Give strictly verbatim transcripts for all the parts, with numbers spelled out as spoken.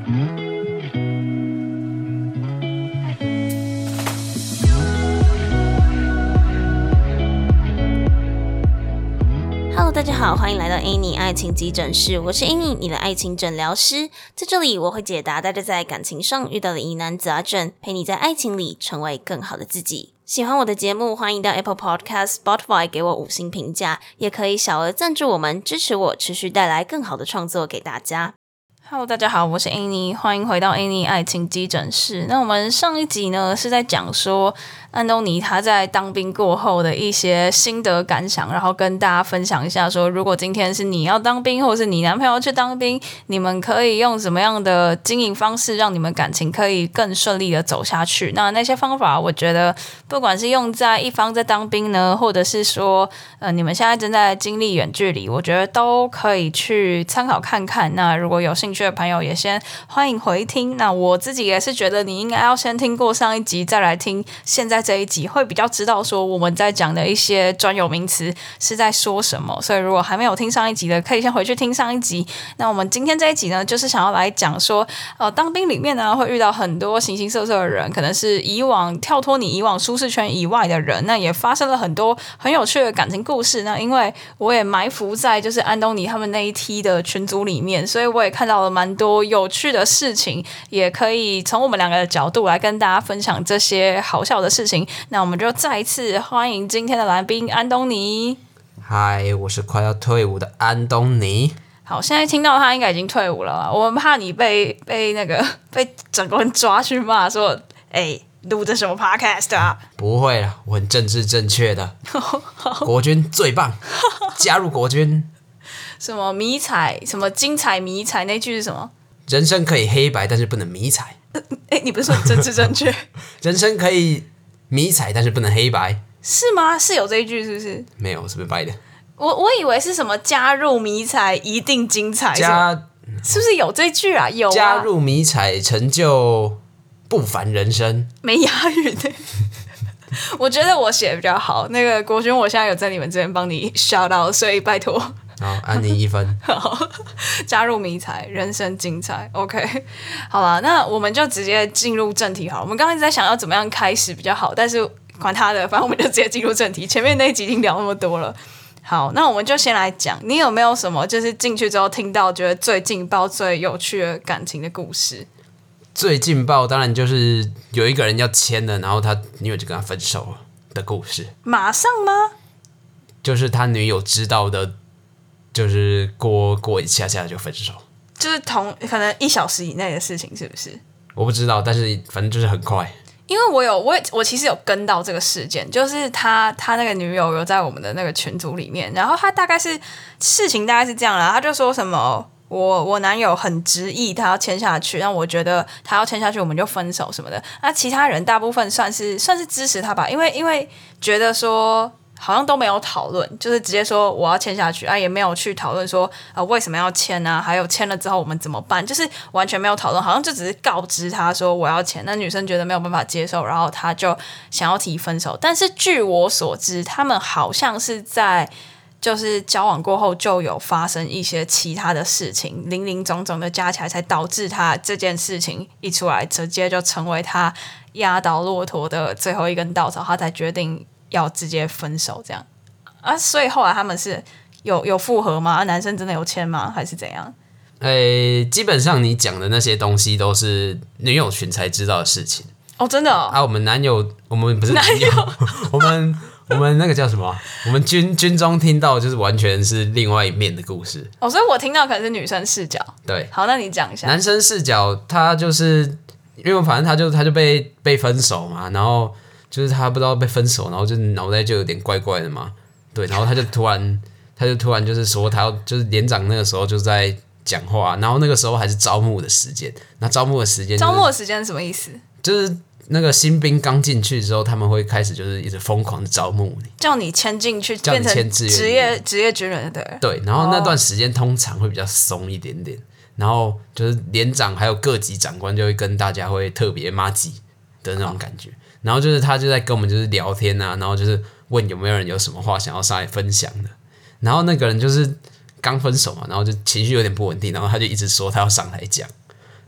Hello， 大家好，欢迎来到 Annie 爱情急诊室，我是 Annie， 你的爱情诊疗师。在这里，我会解答大家在感情上遇到的疑难杂症，陪你在爱情里成为更好的自己。喜欢我的节目，欢迎到 Apple Podcast、Spotify 给我五星评价，也可以小额赞助我们，支持我持续带来更好的创作给大家。Hello， 大家好，我是 Annie， 欢迎回到 Annie 爱情急诊室。那我们上一集呢是在讲说安东尼他在当兵过后的一些心得感想，然后跟大家分享一下说，如果今天是你要当兵，或者是你男朋友去当兵，你们可以用什么样的经营方式让你们感情可以更顺利的走下去。那那些方法我觉得不管是用在一方在当兵呢，或者是说呃你们现在正在经历远距离，我觉得都可以去参考看看。那如果有兴趣的朋友也先欢迎回听。那我自己也是觉得你应该要先听过上一集再来听现在这一集，会比较知道说我们在讲的一些专有名词是在说什么。所以如果还没有听上一集的，可以先回去听上一集。那我们今天这一集呢，就是想要来讲说呃，当兵里面呢会遇到很多形形色色的人，可能是以往跳脱你以往舒适圈以外的人，那也发生了很多很有趣的感情故事。那因为我也埋伏在就是安东尼他们那一梯的群组里面，所以我也看到了蛮多有趣的事情，也可以从我们两个的角度来跟大家分享这些好笑的事情。那我们就再一次欢迎今天的来宾安东尼。 嗨，我是快要退伍的安东尼。 好，现在听到他应该已经退伍了嘛，我们怕你被被那个被整个人抓去骂说，哎，录的什么 podcast 啊？ 不会啦，我很政治正确的。国军最棒，加入国军。 什么迷彩，什么精彩迷彩，那句是什么？ 人生可以黑白，但是不能迷彩。 哎，你不是说政治正确？ 人生可以迷彩，但是不能黑白。 是吗？是有这一句是不是？ 没有，是不是白的？ 我我以为是什么加入迷彩一定精彩， 加是不是有这句啊？有啊， 加入迷彩成就不凡人生， 没押韵的。我觉得我写的比较好，那个国军我现在有在你们这边帮你 shout out， 所以拜托。 好，安妮一分。 好，加入迷彩，人生精彩。OK， 好了，那我们就直接进入正题好了。我们刚刚一直在想要怎么样开始比较好，但是管他的，反正我们就直接进入正题。前面那一集已经聊那么多了。好，那我们就先来讲，你有没有什么就是进去之后听到觉得最劲爆、最有趣的感情的故事？ 最劲爆当然就是有一个人要签了，然后他女友就跟他分手了的故事。 马上吗？ 就是他女友知道的，就是过过一下下就分手， 就是同可能一小时以内的事情，是不是？ 我不知道，但是反正就是很快。 因为我有我我其实有跟到这个事件，就是他他那个女友有在我们的那个群组里面，然后他大概是事情大概是这样啦，他就说什么我我男友很执意他要签下去，那我觉得他要签下去我们就分手什么的。那其他人大部分算是算是支持他吧，因为因为觉得说好像都没有讨论，就是直接说我要签下去啊，也没有去讨论说呃为什么要签啊，还有签了之后我们怎么办，就是完全没有讨论，好像就只是告知他说我要签。那女生觉得没有办法接受，然后他就想要提分手。但是据我所知，他们好像是在就是交往过后就有发生一些其他的事情，零零总总的加起来，才导致他这件事情一出来，直接就成为他压倒骆驼的最后一根稻草，他才决定要直接分手这样啊。所以后来他们是有有复合吗？啊，男生真的有签吗？还是怎样？ 诶，基本上你讲的那些东西都是女友群才知道的事情哦，真的哦。 啊，我们男友，我们不是男友，男友我们我们那个叫什么？我们军军中听到就是完全是另外一面的故事哦，所以我听到可能是女生视角。 对， 好，那你讲一下。 男生视角，他就是因为反正他就他就被被分手嘛，然后就是他不知道被分手，然后就脑袋就有点怪怪的嘛，对，然后他就突然他就突然就是说他要就是连长那个时候就在讲话，然后那个时候还是招募的时间，那招募的时间、就是、 招募的时间是什么意思？ 就是那个新兵刚进去之后，他们会开始就是一直疯狂的招募你， 叫你签进去， 叫你签志愿职业职业军人，对对。然后那段时间通常会比较松一点点，然后就是连长还有各级长官就会跟大家会特别麻吉的那种感觉。然后就是他就在跟我们就是聊天啊，然后就是问有没有人有什么话想要上来分享的。然后那个人就是刚分手嘛，然后就情绪有点不稳定，然后他就一直说他要上台讲。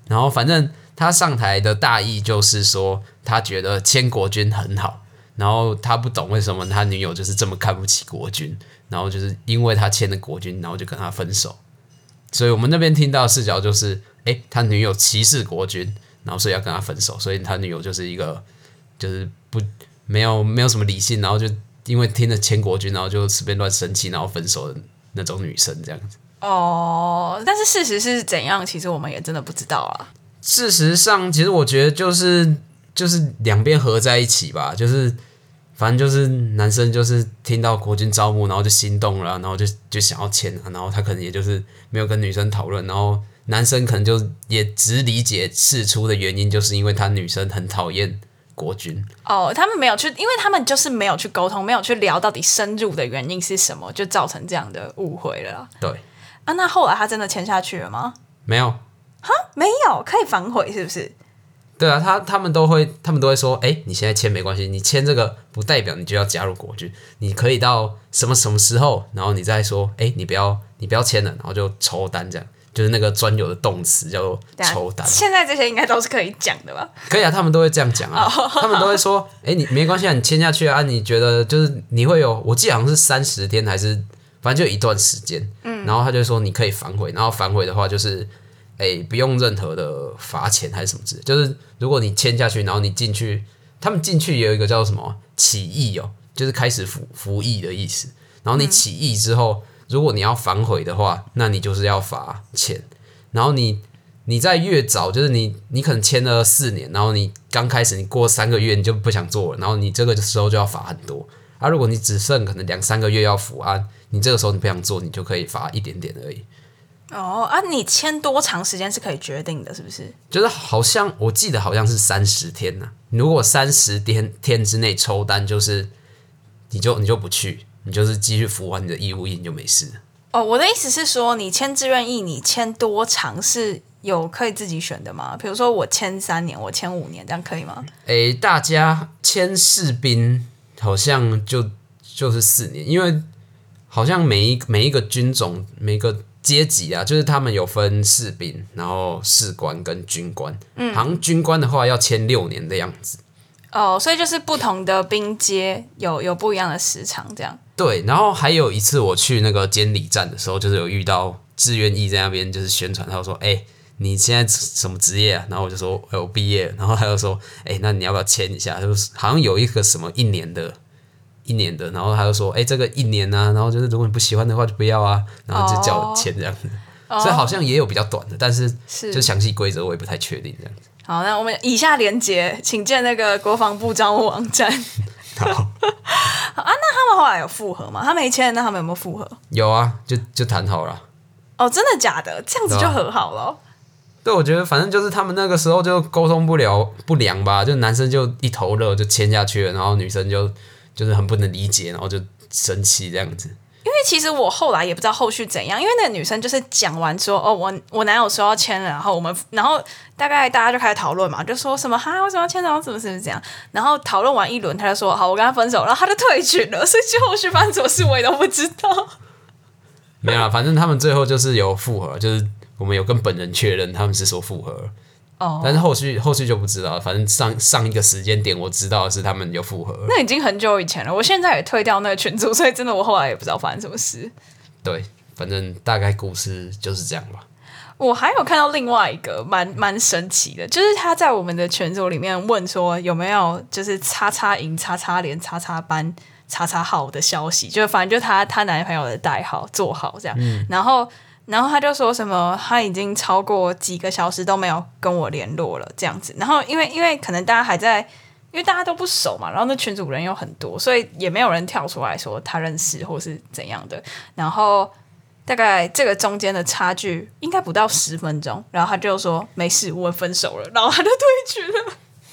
然后反正他上台的大意就是说，他觉得签国军很好，然后他不懂为什么他女友就是这么看不起国军，然后就是因为他签了国军，然后就跟他分手。所以我们那边听到的视角就是，哎，他女友歧视国军，然后所以要跟他分手，所以他女友就是一个就是不没有没有什么理性，然后就因为听了签国军，然后就随便乱生气，然后分手的那种女生这样子。 哦，但是事实是怎样，其实我们也真的不知道啊。 事实上，其实我觉得就是就是两边合在一起吧，就是反正就是男生就是听到国军招募，然后就心动了，然后就就想要签啊，然后他可能也就是没有跟女生讨论，然后男生可能就也只理解事出的原因，就是因为他女生很讨厌国军。 哦，他们没有去，因为他们就是没有去沟通，没有去聊到底深入的原因是什么，就造成这样的误会了啦。 对啊，那后来他真的签下去了吗？ 没有。 哈，没有，可以反悔是不是？ 对啊，他他们都会，他们都会说，哎、欸，你现在签没关系，你签这个不代表你就要加入国军，你可以到什么什么时候，然后你再说，哎、欸，你不要你不要签了，然后就抽单，这样就是那个专有的动词叫做抽单。 现在这些应该都是可以讲的吧？ 可以啊，他们都会这样讲啊，他们都会说，哎、欸，你没关系啊，你签下去啊，你觉得就是你会有，我记得好像是三十天还是反正就一段时间，嗯，然后他就说你可以反悔，然后反悔的话就是。哎，不用任何的罚钱还是什么之类，就是如果你签下去，然后你进去，他们进去也有一个叫什么起义哦，就是开始服服役的意思。然后你起义之后，如果你要反悔的话，那你就是要罚钱。然后你你在越早，就是你你可能签了四年，然后你刚开始你过三个月你就不想做了，然后你这个时候就要罚很多。啊，如果你只剩可能两三个月要服啊，你这个时候你不想做，你就可以罚一点点而已。 哦啊，你签多长时间是可以决定的，是不是？ 就是好像我记得好像是三十天呐、啊。如果三十天天之内抽单，就是你就你就不去，你就是继续服完你的义务役，你就没事。 哦，我的意思是说，你签志愿役，你签多长是有可以自己选的吗？比如说我签三年，我签五年，这样可以吗？ 诶，大家签士兵好像就就是四年，因为好像每一每一个军种每一个。阶级啊，就是他们有分士兵，然后士官跟军官。嗯，好像军官的话要签六年的样子。 哦，所以就是不同的兵阶有有不一样的时长，这样。 对，然后还有一次我去那个监理站的时候，就是有遇到志愿役在那边，就是宣传，他说：“哎、欸，你现在什么职业啊？”然后我就说：“哎、欸，我毕业了。”然后他就说：“哎、欸，那你要不要签一下？”就是好像有一个什么一年的。一年的，然后他就说：“哎、欸，这个一年啊，然后就是如果你不喜欢的话就不要啊，然后就叫我签这样子。Oh. 所以好像也有比较短的，但是就详细规则我也不太确定这样子。 好，那我们以下连结，请见那个国防部招募网站。 好，好啊，那他们后来有复合吗？他没签，那他们有没有复合？ 有啊，就就谈好了。 哦，真的假的？这样子就和好了、哦。 对，我觉得反正就是他们那个时候就沟通不了不良吧，就男生就一头热就签下去了，然后女生就。就是很不能理解，然后就生气这样子。 因为其实我后来也不知道后续怎样，因为那个女生就是讲完说，哦，我我男友说要签了，然后我们，然后大概大家就开始讨论嘛，就说什么哈，为什么要签，然后怎么怎么这样，然后讨论完一轮，他就说好，我跟他分手，然后他就退群了，所以后续发生什么事我也都不知道。 没有啦，反正他们最后就是有复合，就是我们有跟本人确认他们是说复合了。Oh. 但是后续后续就不知道了，反正上上一个时间点我知道的是他们有复合了。 那已经很久以前了，我现在也退掉那个群组，所以真的我后来也不知道发生什么事。 对，反正大概故事就是这样吧。 我还有看到另外一个蛮蛮神奇的，就是他在我们的群组里面问说有没有就是叉叉营、叉叉连、叉叉班、叉叉号的消息，就反正就他他男朋友的代号座号这样，嗯、然后。然后他就说什么他已经超过几个小时都没有跟我联络了这样子，然后因为因为可能大家还在，因为大家都不熟嘛，然后那群组人又很多，所以也没有人跳出来说他认识或是怎样的。然后大概这个中间的差距应该不到十分钟，然后他就说没事，我们分手了，然后他就退群了。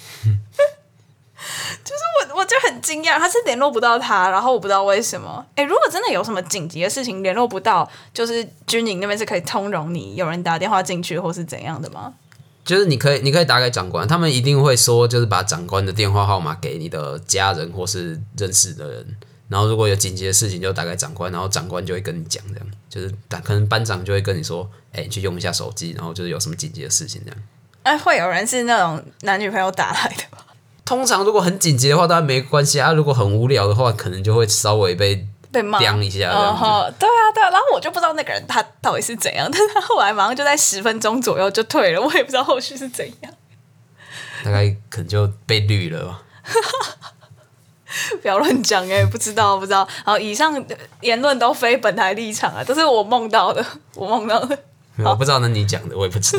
就是我，我就很惊讶，他是联络不到他，然后我不知道为什么。哎，如果真的有什么紧急的事情联络不到，就是军营那边是可以通融你，有人打电话进去或是怎样的吗？ 就是你可以，你可以打给长官，他们一定会说，就是把长官的电话号码给你的家人或是认识的人，然后如果有紧急的事情就打给长官，然后长官就会跟你讲，这样就是可能班长就会跟你说，哎，你去用一下手机，然后就是有什么紧急的事情这样。 哎，会有人是那种男女朋友打来的吗？ 通常如果很紧急的话，当然没关系啊。如果很无聊的话，可能就会稍微被被骂刁一下这样子。 uh-huh, 对啊，对啊。然后我就不知道那个人他到底是怎样，但是他后来马上就在十分钟左右就退了，我也不知道后续是怎样。 大概可能就被绿了吧。 不要乱讲哎，不知道不知道。好，以上言论都非本台立场啊，都是我梦到的，我梦到的。 我不知道那你讲的，我也不知道。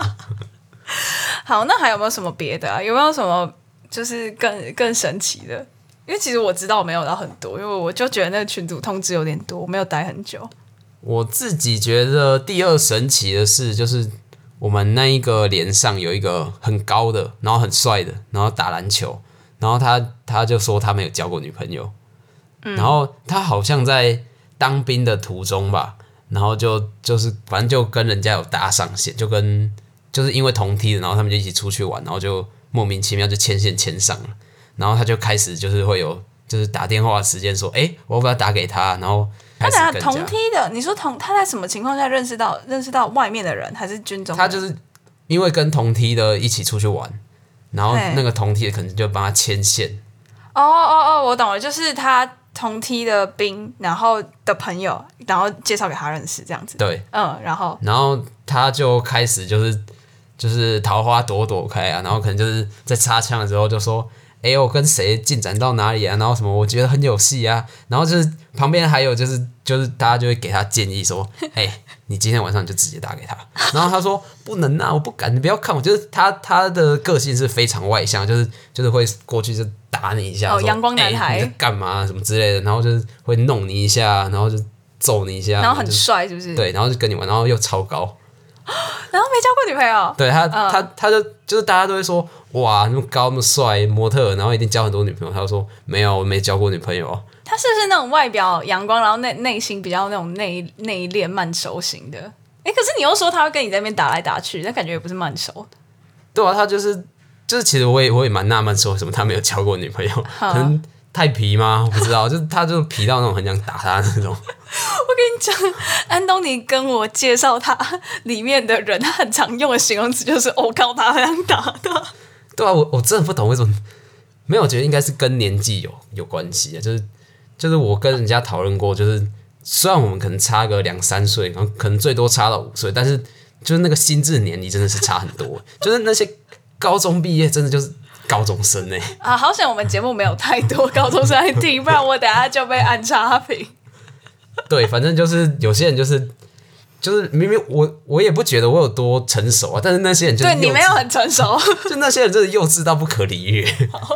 好，那还有没有什么别的啊？有没有什么就是更更神奇的？因为其实我知道没有到很多，因为我就觉得那个群组通知有点多，我没有待很久。 我自己觉得第二神奇的事就是我们那一个连上有一个很高的，然后很帅的，然后打篮球，然后他他就说他没有交过女朋友，嗯、然后他好像在当兵的途中吧，然后就就是反正就跟人家有搭上线，就跟就是因为同梯的，然后他们就一起出去玩，然后就莫名其妙就牵线牵上了，然后他就开始就是会有就是打电话的时间说，哎、欸，我要不要打给他？然后开始他跟同梯的，你说同他在什么情况下认识到认识到外面的人，还是军中人？ 他就是因为跟同梯的一起出去玩，然后那个同梯的可能就帮他牵线。 哦哦哦，我懂了，就是他同梯的兵，然后的朋友，然后介绍给他认识这样子。 对， 嗯，然后然后他就开始就是就是桃花朵朵开啊，然后可能就是在插枪的时候就说，哎、欸，我跟谁进展到哪里啊？然后什么我觉得很有戏啊，然后就是旁边还有就是就是大家就会给他建议说，哎、欸，你今天晚上就直接打给他。然后他说不能啊，我不敢，你不要看我，就是他他的个性是非常外向，就是就是会过去就打你一下， 哦，阳光男孩， 欸、你在干嘛什么之类的，然后就是会弄你一下，然后就揍你一下， 然后很帅是不是？ 对，然后就跟你玩，然后又超高。 然后没交过女朋友， 对他， 嗯、 他他就就是大家都会说哇那么高那么帅模特，然后一定交很多女朋友。他就说没有，我没交过女朋友。 他是不是那种外表阳光，然后内内心比较那种内内敛慢熟型的？哎，可是你又说他会跟你在那边打来打去，那感觉也不是慢熟。 对啊，他就是就是，其实我也我也蛮纳闷，说为什么他没有交过女朋友？可能太皮吗？我不知道，就是他就皮到那种很想打他那种。 我跟你讲，安东尼跟我介绍他里面的人，他很常用的形容词就是“我、哦、靠，他很想打的”。 对啊，我我真的不懂为什么没有，我觉得应该是跟年纪有有关系啊。就是就是我跟人家讨论过，就是虽然我们可能差个两三岁，然后可能最多差到五岁，但是就是那个心智年龄真的是差很多。就是那些高中毕业，真的就是高中生哎、欸、 啊！好险我们节目没有太多高中生来听，不然我等下就被按差评。 对，反正就是有些人就是就是明明我我也不觉得我有多成熟啊，但是那些人就是对你没有很成熟， 就那些人真的幼稚到不可理喻。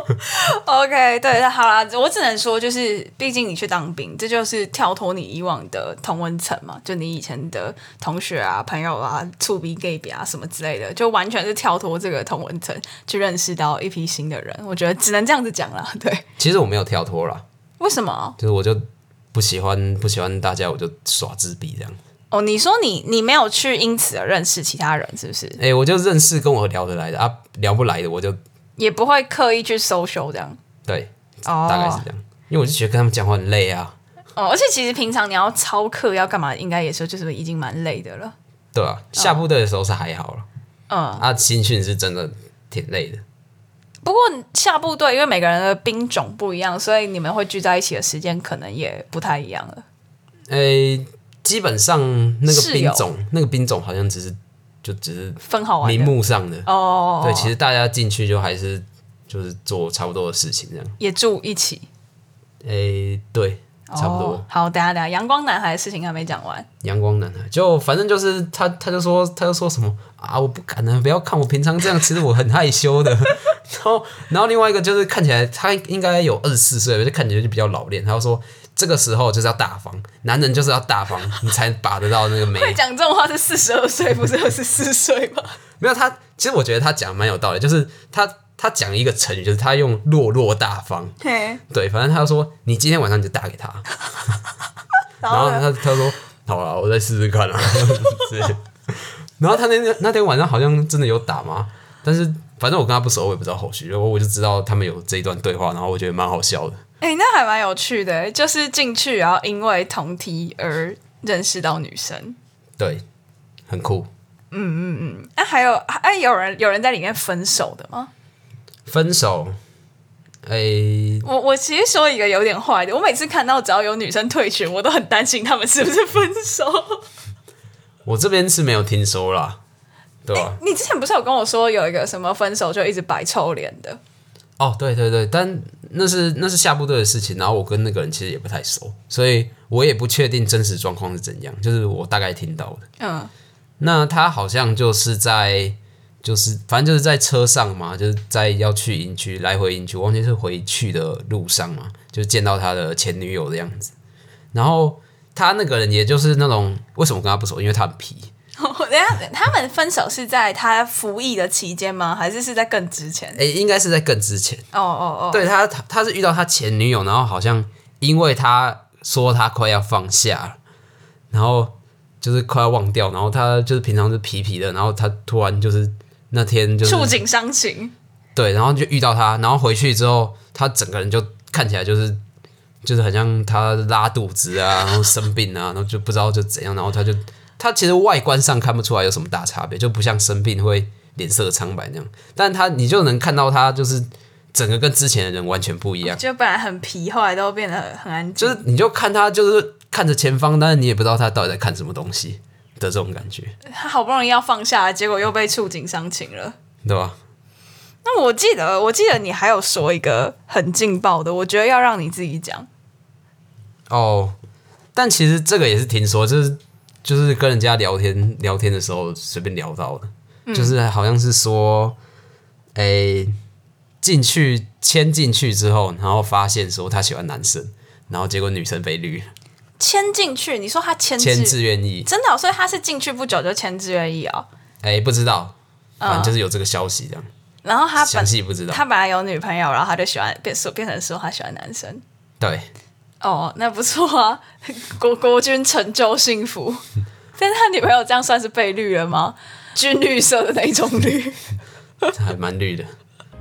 OK， 对，好啦，我只能说，就是毕竟你去当兵，这就是跳脱你以往的同温层嘛，就你以前的同学啊、朋友啊、厝边 gay 啊什么之类的，就完全是跳脱这个同温层去认识到一批新的人。我觉得只能这样子讲啦。对， 其实我没有跳脱啦， 为什么？ 就是我就不喜欢不喜欢大家，我就耍自闭这样。 哦，你说你你没有去因此而认识其他人，是不是？ 哎、欸，我就认识跟我聊得来的啊，聊不来的我就也不会刻意去 social 这样。 对， 哦， 大概是这样。因为我就觉得跟他们讲话很累啊。 哦，而且其实平常你要操课要干嘛，应该也是就是已经蛮累的了。 对啊，下部队的时候是还好了。 嗯， 啊，新训是真的挺累的。 不过下部队，因为每个人的兵种不一样，所以你们会聚在一起的时间可能也不太一样了。 诶、欸，基本上那个兵种，那个兵种好像只是就只是分好玩名目上的哦。 对，其实大家进去就还是就是做差不多的事情这样。 也住一起。 诶、欸，对，差不多。 哦、好，等一下等一下，阳光男孩的事情还没讲完。 阳光男孩就反正就是他，他就说他就说什么啊，我不敢啊，不要看我平常这样，其实我很害羞的。然后，然后另外一个就是看起来他应该有二十四岁，就看起来就比较老练。他就说这个时候就是要大方，男人就是要大方，你才把得到那个美。 会讲这种话是四十二岁，不是二十四岁吗？ 没有他，其实我觉得他讲蛮有道理，就是他他讲一个成语，就是他用落落大方。对，反正他就说你今天晚上你就打给他，然后他他说好了，我再试试看啊。然后他那天那天晚上好像真的有打嘛，但是反正我跟他不熟，我也不知道后续，我我就知道他们有这一段对话，然后我觉得蛮好笑的。 哎、欸，那还蛮有趣的，就是进去然后因为同梯而认识到女生， 对，很酷。 嗯嗯，啊，还有哎、啊，有人有人在里面分手的吗？ 分手，哎， 我我其实说一个有点坏的，我每次看到只要有女生退群，我都很担心他们是不是分手。 我这边是没有听说啦，对吧、啊欸？你之前不是有跟我说有一个什么分手就一直摆臭脸的？ 哦，对对对，但那是那是下部队的事情，然后我跟那个人其实也不太熟，所以我也不确定真实状况是怎样，就是我大概听到的。 嗯， 那他好像就是在，就是反正就是在车上嘛，就是在要去营区来回营区，我忘记是回去的路上嘛，就见到他的前女友的样子。然后他那个人也就是那种，为什么跟他不熟？因为他很皮。 等一下，他们分手是在他服役的期间吗？还是是在更之前？ 哎、欸，应该是在更之前。 哦哦哦， 对他，他是遇到他前女友，然后好像因为他说他快要放下了，然后就是快要忘掉，然后他就是平常是皮皮的，然后他突然就是那天就是触景伤情。 对，然后就遇到他，然后回去之后，他整个人就看起来就是就是很像他拉肚子啊，然后生病啊，然后就不知道就怎样，然后他就。他其实外观上看不出来有什么大差别，就不像生病会脸色苍白那样，但他你就能看到他就是整个跟之前的人完全不一样， 就本来很皮，后来都变得很安静。 就是你就看他就是看着前方，但是你也不知道他到底在看什么东西的这种感觉。 他好不容易要放下，结果又被触景伤情了， 对吧？ 那我记得，我记得你还有说一个很劲爆的，我觉得要让你自己讲。 哦，但其实这个也是听说，就是。就是跟人家聊天聊天的时候随便聊到的，嗯、就是好像是说，诶、欸，进去签进去之后，然后发现说他喜欢男生，然后结果女生被绿。 签进去，你说他签签字愿意， 真的、哦，所以他是进去不久就签字愿意哦。 哎、欸，不知道，反正就是有这个消息这样。嗯、 然后他详细不知道， 他本来有女朋友，然后他就喜欢变变成说他喜欢男生。 对。 哦，那不错啊，国国军成就幸福。但是他女朋友这样算是被绿了吗？军绿色的那种绿， 还蛮绿的。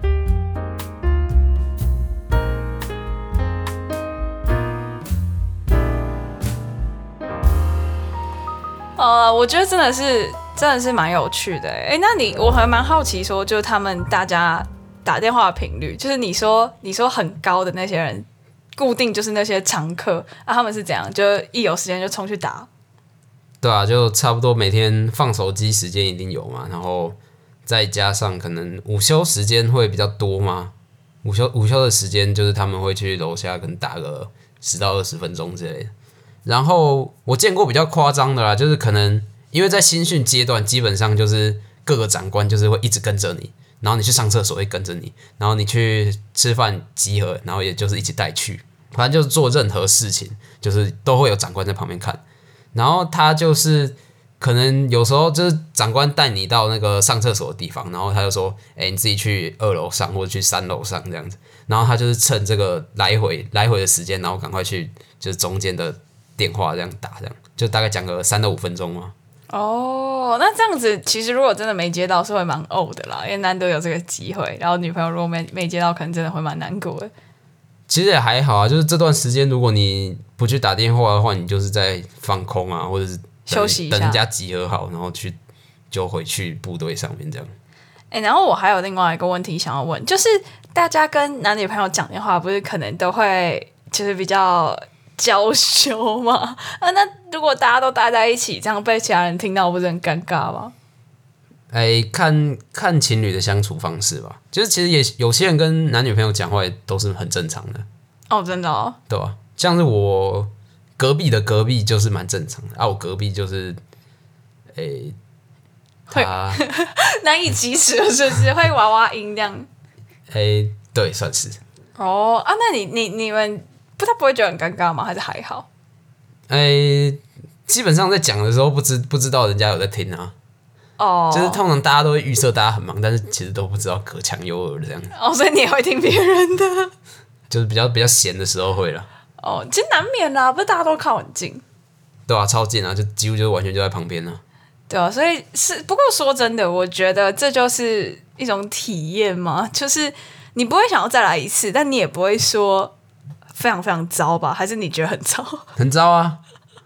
呃，我觉得真的是真的是蛮有趣的哎。那你我还蛮好奇说，就是他们大家打电话的频率，就是你说你说很高的那些人。固定就是那些常客啊，他们是怎样？就一有时间就冲去打。 对啊，就差不多每天放手机时间一定有嘛，然后再加上可能午休时间会比较多嘛。午休午休的时间就是他们会去楼下可能打个十到二十分钟之类的。然后我见过比较夸张的啦，就是可能因为在新训阶段，基本上就是各个长官就是会一直跟着你。然后你去上厕所会跟着你，然后你去吃饭集合，然后也就是一起带去，反正就是做任何事情，就是都会有长官在旁边看。然后他就是可能有时候就是长官带你到那个上厕所的地方，然后他就说：“哎、欸，你自己去二楼上或者去三楼上这样子。”然后他就是趁这个来回来回的时间，然后赶快去就是中间的电话这样打，这样就大概讲个三到五分钟嘛。 哦，那这样子其实如果真的没接到是会蛮呕的啦，因为难得有这个机会，然后女朋友如果没没接到，可能真的会蛮难过的。 其实也还好啊，就是这段时间如果你不去打电话的话，你就是在放空啊，或者是休息一下， 等人家集合好，然后去就回去部队上面这样。 哎、欸，然后我还有另外一个问题想要问，就是大家跟男女朋友讲电话，不是可能都会就是比较娇羞嘛？啊，那如果大家都待在一起，这样被其他人听到，不是很尴尬吗？ 哎、欸，看看情侣的相处方式吧。就是其实也有些人跟男女朋友讲话也都是很正常的。 哦，真的哦， 对吧、啊？像是我隔壁的隔壁就是蛮正常的啊，我隔壁就是哎，欸、他难以启齿了，是不是会娃娃音这样？ 哎、欸，对，算是。 哦啊，那你你你们不他不会觉得很尴尬吗？还是还好？ 哎、欸，基本上在讲的时候不知不知道人家有在听啊。 哦， 就是通常大家都会预设大家很忙，但是其实都不知道隔墙有耳这样。 哦，所以你也会听别人的， 就是比较比较闲的时候会了。 哦，其实难免啦，不是大家都靠很近。 对啊，超近啊，就几乎就完全就在旁边了。 对啊，所以是不过说真的，我觉得这就是一种体验嘛，就是你不会想要再来一次，但你也不会说非常非常糟吧？还是你觉得很糟？ 很糟啊！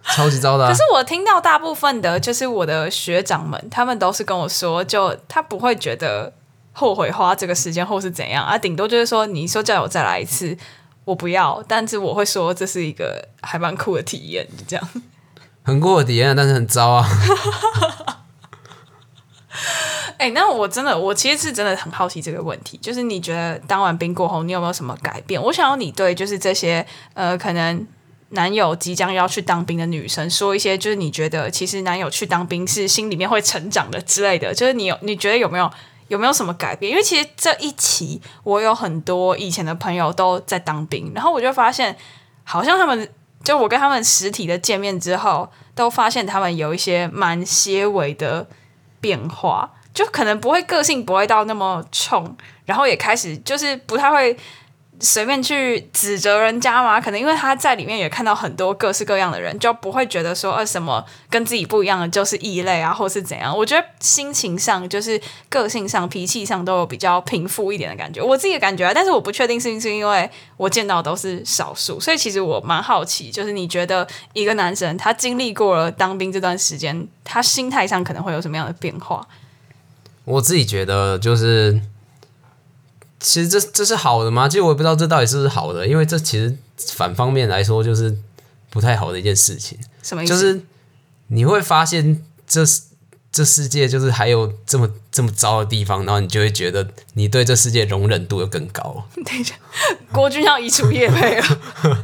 超级糟的、啊。 可是我听到大部分的，就是我的学长们，他们都是跟我说，就他不会觉得后悔花这个时间或是怎样啊，顶多就是说，你说叫我再来一次，我不要，但是我会说这是一个还蛮酷的体验，就这样。 很酷的体验，但是很糟啊。 哎、欸，那我真的，我其实是真的很好奇这个问题，就是你觉得当完兵过后，你有没有什么改变？我想要你对就是这些呃，可能男友即将要去当兵的女生说一些，就是你觉得其实男友去当兵是心里面会成长的之类的，就是你有你觉得有没有有没有什么改变？因为其实这一期我有很多以前的朋友都在当兵，然后我就发现好像他们就我跟他们实体的见面之后，都发现他们有一些蛮些微的变化。就可能不会个性不会到那么冲，然后也开始就是不太会随便去指责人家嘛，可能因为他在里面也看到很多各式各样的人，就不会觉得说呃什么跟自己不一样的就是异类啊，或是怎样。我觉得心情上就是个性上脾气上都有比较平复一点的感觉，我自己的感觉啊，但是我不确定是不是因为我见到的都是少数，所以其实我蛮好奇，就是你觉得一个男生他经历过了当兵这段时间，他心态上可能会有什么样的变化？ 我自己觉得就是，其实这这是好的吗？其实我也不知道这到底是不是好的，因为这其实反方面来说就是不太好的一件事情。 什么意思？ 就是你会发现这这世界就是还有这么这么糟的地方，然后你就会觉得你对这世界容忍度又更高。 等一下，国军要移除业配了。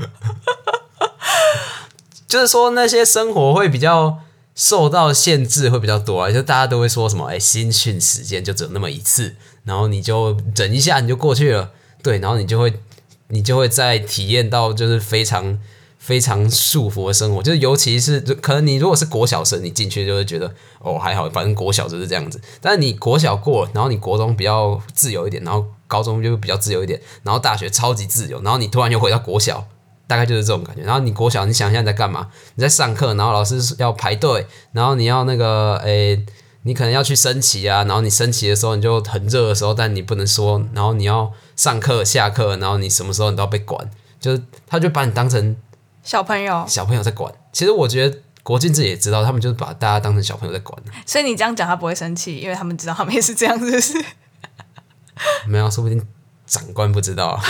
就是说那些生活会比较受到限制会比较多啊，就大家都会说什么，哎、欸，新训时间就只有那么一次，然后你就忍一下你就过去了，对，然后你就会你就会再体验到就是非常非常束缚的生活，就是尤其是可能你如果是国小生，你进去就会觉得哦还好，反正国小就是这样子，但是你国小过了，然后你国中比较自由一点，然后高中就比较自由一点，然后大学超级自由，然后你突然又回到国小。大概就是这种感觉，然后你国小，你想一下你在干嘛？你在上课，然后老师要排队，然后你要那个，诶，你可能要去升旗啊，然后你升旗的时候你就很热的时候，但你不能说，然后你要上课下课，然后你什么时候你都要被管，就是他就把你当成小朋友， 小朋友在管。其实我觉得国军自己也知道，他们就是把大家当成小朋友在管。 所以你这样讲他不会生气，因为他们知道他们也是这样，是不是？ 没有，说不定长官不知道啊。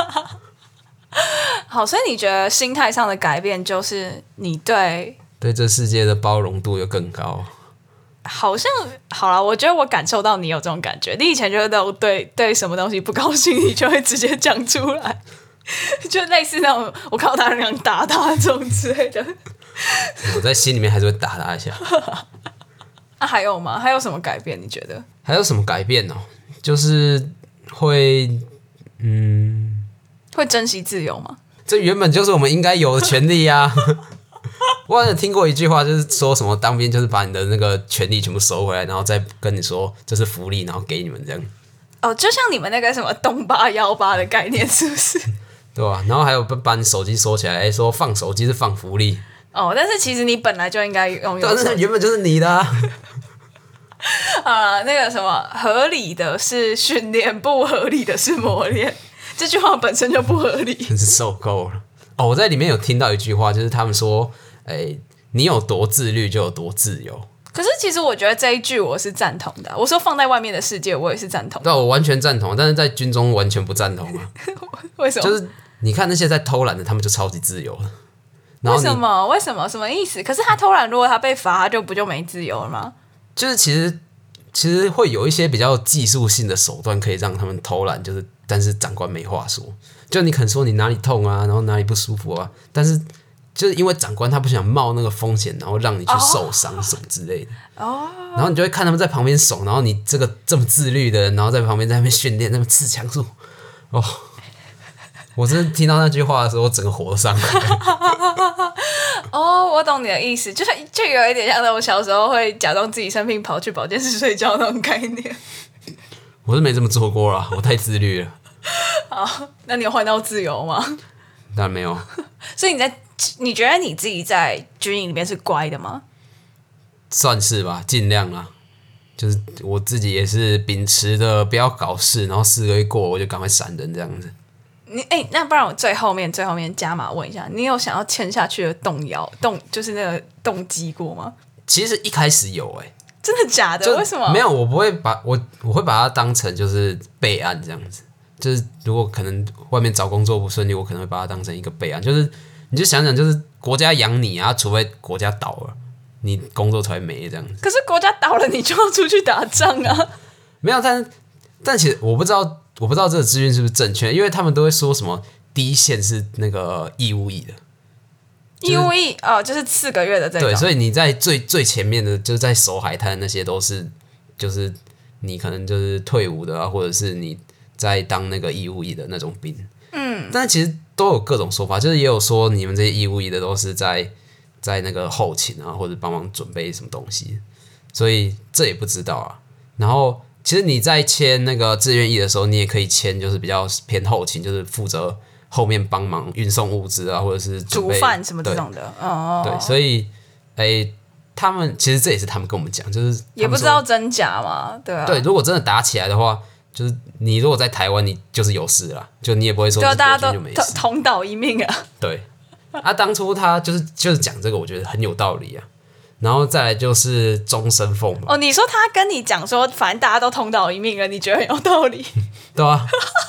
好，所以你觉得心态上的改变就是你对对这世界的包容度又更高。 好像好啦，我觉得我感受到你有这种感觉。你以前就是那种对对什么东西不高兴，你就会直接讲出来，就类似那种我看到他那样打他这种之类的。 我在心里面还是会打他一下。 啊，还有吗？还有什么改变？你觉得？ 还有什么改变哦？就是会，嗯， 会珍惜自由吗？ 这原本就是我们应该有的权利啊！我好像听过一句话，就是说什么当兵就是把你的那个权利全部收回来，然后再跟你说这是福利，然后给你们这样。 哦，就像你们那个什么东八幺八的概念，是不是？ 对吧、啊？然后还有把你手机收起来，哎，说放手机是放福利。 哦，但是其实你本来就应该拥有手机。 但是原本就是你的啊。 啊，那个什么，合理的是训练，不合理的是磨练。这句话本身就不合理， 真是受够了。哦，我在里面有听到一句话，就是他们说，哎，你有多自律就有多自由。 可是其实我觉得这一句我是赞同的。我说放在外面的世界，我也是赞同的。 对，我完全赞同，但是在军中完全不赞同啊。 为什么？ 就是你看那些在偷懒的，他们就超级自由了。然后为什么？为什么？什么意思？可是他偷懒，如果他被罚，他就不就没自由了吗？ 就是其实其实会有一些比较技术性的手段可以让他们偷懒，就是但是长官没话说。就你可能说你哪里痛啊，然后哪里不舒服啊，但是就是因为长官他不想冒那个风险，然后让你去受伤什么之类的。哦。然后你就会看他们在旁边爽，然后你这个这么自律的人，然后在旁边在那边训练，那么刺枪术，哦。我真的听到那句话的时候，我整个火都上来了。 哦，我懂你的意思，就是就有一点像那种小时候会假装自己生病跑去保健室睡觉那种概念。 我是没这么做过啦，我太自律了。 好，那你有换到自由吗？ 当然没有。 所以你在你觉得你自己在军营里面是乖的吗？ 算是吧，尽量啦。就是我自己也是秉持的不要搞事，然后四个月过我就赶快闪人这样子。 你哎、欸，那不然我最后面最后面加码问一下，你有想要签下去的动摇动，就是那个动机过吗？ 其实一开始有哎、欸， 真的假的？为什么？ 没有，我不会把我我会把它当成就是备案这样子。就是如果可能外面找工作不顺利，我可能会把它当成一个备案。就是你就想想，就是国家养你啊，除非国家倒了，你工作才会没这样子。 可是国家倒了，你就要出去打仗啊。没有，但但其实我不知道，我不知道这个资讯是不是正确，因为他们都会说什么第一线是那个义务役的。 义务役哦，就是四个月的这种。 对，所以你在最最前面的，就是在守海滩那些都是，就是你可能就是退伍的啊，或者是你在当那个义务役的那种兵。嗯，但其实都有各种说法，就是也有说你们这些义务役的都是在在那个后勤啊，或者帮忙准备什么东西，所以这也不知道啊。然后其实你在签那个志愿役的时候，你也可以签就是比较偏后勤，就是负责后面帮忙运送物资啊，或者是煮饭什么这种的。哦， 对，所以诶，他们其实这也是他们跟我们讲，就是也不知道真假嘛，对啊。 对，如果真的打起来的话，就是你如果在台湾，你就是有事啦，就你也不会说对，大家都就没事同岛一命啊。 对，啊，当初他就是就是讲这个，我觉得很有道理啊。然后再来就是终身俸嘛。 哦，你说他跟你讲说，反正大家都同岛一命了，你觉得很有道理？ 对啊。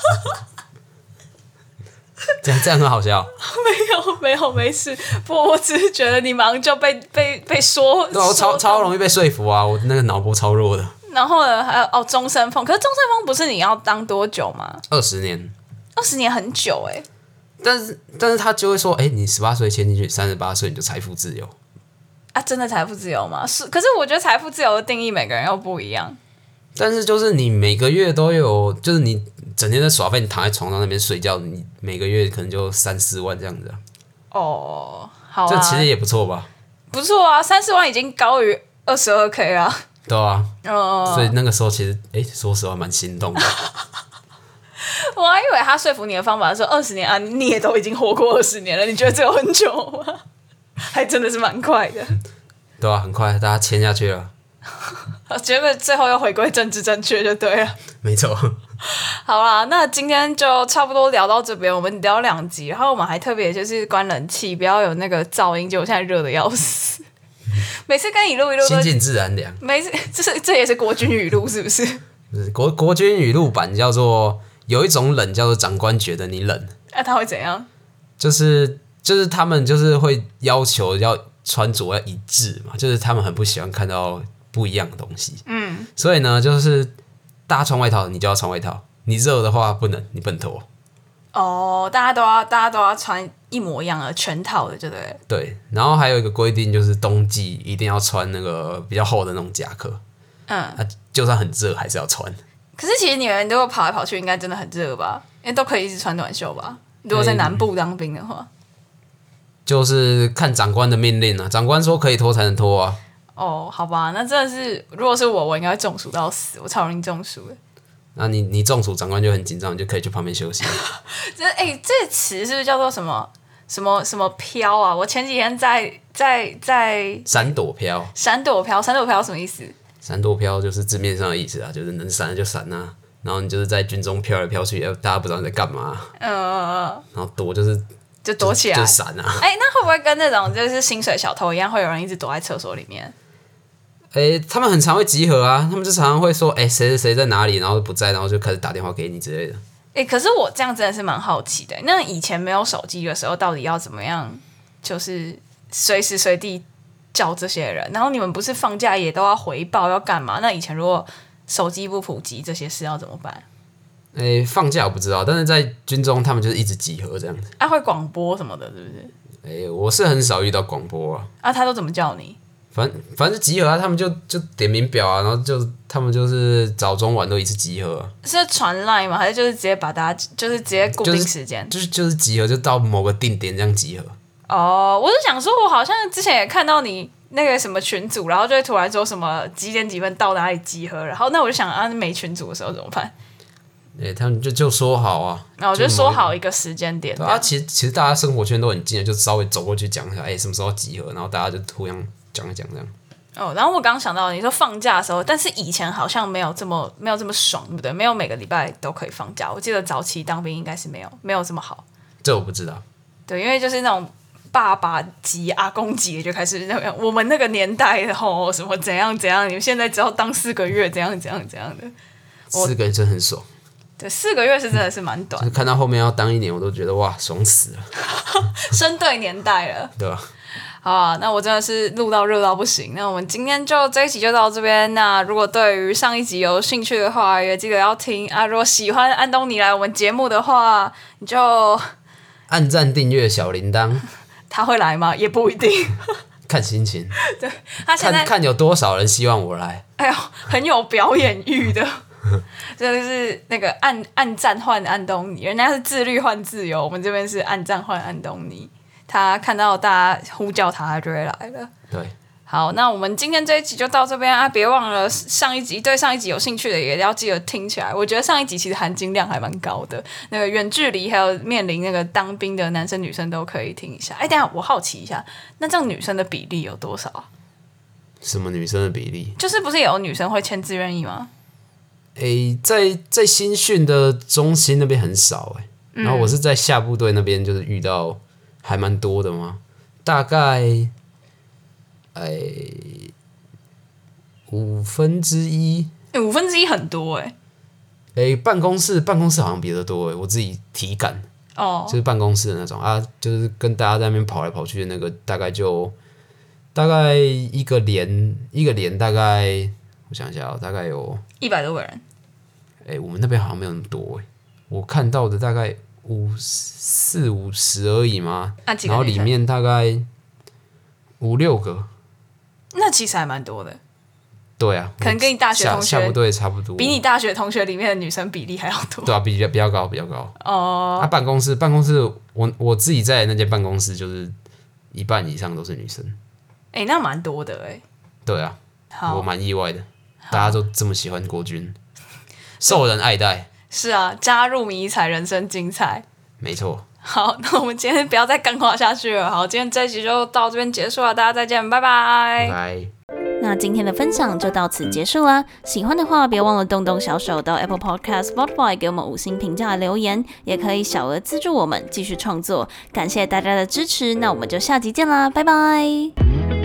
这样这样很好笑。 没有没有没事，不，我只是觉得你马上就被被被说， 对、啊，我超超容易被说服啊，我那个脑波超弱的。 然后呢，还有哦，终身俸，可是终身俸不是你要当多久吗？ 二十年。 二十年很久哎、欸。 但是但是他就会说，哎、欸，你十八岁签进去，三十八岁你就财富自由。 啊，真的财富自由吗？是，可是我觉得财富自由的定义每个人又不一样。 但是就是你每个月都有，就是你整天在耍废，你躺在床上那边睡觉，你每个月可能就三四万这样子啊。 哦，好啊， 这其实也不错吧？ 不错啊，三四万已经高于二十二 K 啦。 对啊， 哦， 所以那个时候其实，哎、欸，说实话蛮心动的。 我还以为他说服你的方法是二十年啊，你也都已经活过二十年了，你觉得这有很久吗？还真的是蛮快的。 对啊，很快大家签下去了。 结果最后又回归政治正确就对了。 没错。 好啦，那今天就差不多聊到这边，我们聊两集，然后我们还特别就是关冷气，不要有那个噪音，结果现在热的要死。每次跟你录一录， 心静自然凉。 每次这是这也是国军语录是不是？ 不是国国军语录版叫做有一种冷叫做长官觉得你冷。 那、啊、他会怎样？ 就是就是他们就是会要求要穿着要一致嘛，就是他们很不喜欢看到不一样的东西。嗯，所以呢，就是大家穿外套，你就要穿外套；你热的话不能，你不能脱。 哦，大家都要大家都要穿一模一样的全套的，对不对？ 对，然后还有一个规定就是冬季一定要穿那个比较厚的那种夹克。嗯，啊，就算很热还是要穿。 可是其实你们如果跑来跑去，应该真的很热吧？因为都可以一直穿短袖吧？如果在南部当兵的话。欸， 就是看长官的命令啊，长官说可以脱才能脱啊。 哦，好吧，那真的是，如果是我，我应该会中暑到死，我超容易中暑的。 那你你中暑，长官就很紧张，你就可以去旁边休息。 这哎、欸，这词是不是叫做什么什么什么飘啊？我前几天在在在闪躲飘， 闪躲飘，闪躲飘什么意思？ 闪躲飘就是字面上的意思啊，就是能闪就闪啊。然后你就是在军中飘来飘去，大家不知道你在干嘛。嗯嗯嗯。然后躲就是就躲起来， 就闪啊。 哎、欸，那会不会跟那种就是薪水小偷一样，会有人一直躲在厕所里面？ 哎、欸，他们很常会集合啊，他们就常常会说，哎、欸，谁谁谁在哪里，然后不在，然后就开始打电话给你之类的。 哎、欸，可是我这样真的是蛮好奇的。那以前没有手机的时候，到底要怎么样，就是随时随地叫这些人？然后你们不是放假也都要回报要干嘛？那以前如果手机不普及，这些事要怎么办？ 哎、欸，放假我不知道，但是在军中他们就是一直集合这样子。 啊，会广播什么的，是不是？ 哎、欸，我是很少遇到广播啊。 啊，他都怎么叫你？ 反正反正就集合啊，他们就就点名表啊，然后就他们就是早中晚都一次集合、啊。 是传 line 吗？还是就是直接把大家就是直接固定时间？ 就是、就是、就是集合，就到某个定点这样集合。 哦，我是想说，我好像之前也看到你那个什么群组，然后就会突然说什么几点几分到哪里集合，然后那我就想啊，没群组的时候怎么办？ 哎、欸，他们就就说好啊， 然后我就说好一个时间点。 对啊，其实其实大家生活圈都很近，就稍微走过去讲一下，哎、欸，什么时候集合，然后大家就互相讲一讲这样。 哦，然后我刚刚想到你说放假的时候，但是以前好像没有这么没有这么爽，对不对？没有每个礼拜都可以放假。我记得早期当兵应该是没有没有这么好。 这我不知道。 对，因为就是那种爸爸级、阿公级就开始那个我们那个年代的吼什么怎样怎样，你们现在只要当四个月怎样怎样怎样的。 四个月真的很爽。 对，四个月是真的是蛮短的。 就是看到后面要当一年，我都觉得哇，爽死了。 生对年代了， 对吧？ 好啊，那我真的是录到热到不行。那我们今天就这一集就到这边。那如果对于上一集有兴趣的话，也记得要听啊。如果喜欢安东尼来我们节目的话，你就按赞、订阅、小铃铛。 他会来吗？也不一定， 看心情。 对，他现在看看有多少人希望我来。 哎呦，很有表演欲的。这就是那个按按赞换安东尼，人家是自律换自由，我们这边是按赞换安东尼。他看到大家呼叫他，他就会来了。 对， 好，那我们今天这一集就到这边啊！别忘了上一集，对上一集有兴趣的也要记得听起来。我觉得上一集其实含金量还蛮高的，那个远距离还有面临那个当兵的男生女生都可以听一下。哎，等一下我好奇一下，那这样女生的比例有多少啊？ 什么女生的比例？ 就是不是有女生会签自愿意吗？ 诶，在在新训的中心那边很少诶、嗯，然后我是在下部队那边就是遇到还蛮多的嘛，大概诶五分之一， 诶五分之一很多诶、 欸。诶，办公室办公室好像比得多诶，我自己体感哦， 就是办公室的那种啊，就是跟大家在那边跑来跑去的那个，大概就大概一个连一个连大概我想一下、喔，大概有一百多个人。 哎、欸，我们那边好像没有那么多哎、欸，我看到的大概五四五十而已嘛， 啊、几个然后里面大概五六个， 那其实还蛮多的。 对啊， 可能跟你大学同学下部队差不多， 比你大学同学里面的女生比例还要多。 对啊，比较比较高，比较高。 哦， 他、啊、办公室办公室，我我自己在的那间办公室就是一半以上都是女生。 哎、欸，那蛮多的哎、欸。 对啊，我蛮意外的，大家都这么喜欢国军。受人爱戴， 是啊，加入迷彩，人生精彩。 没错。 好，那我们今天不要再干话下去了。好，今天这一集就到这边结束了，大家再见，拜拜。 拜拜。 那今天的分享就到此结束啦。喜欢的话，别忘了动动小手到 Apple Podcast、Spotify 给我们五星评价留言，也可以小额资助我们继续创作。感谢大家的支持，那我们就下集见啦，拜拜。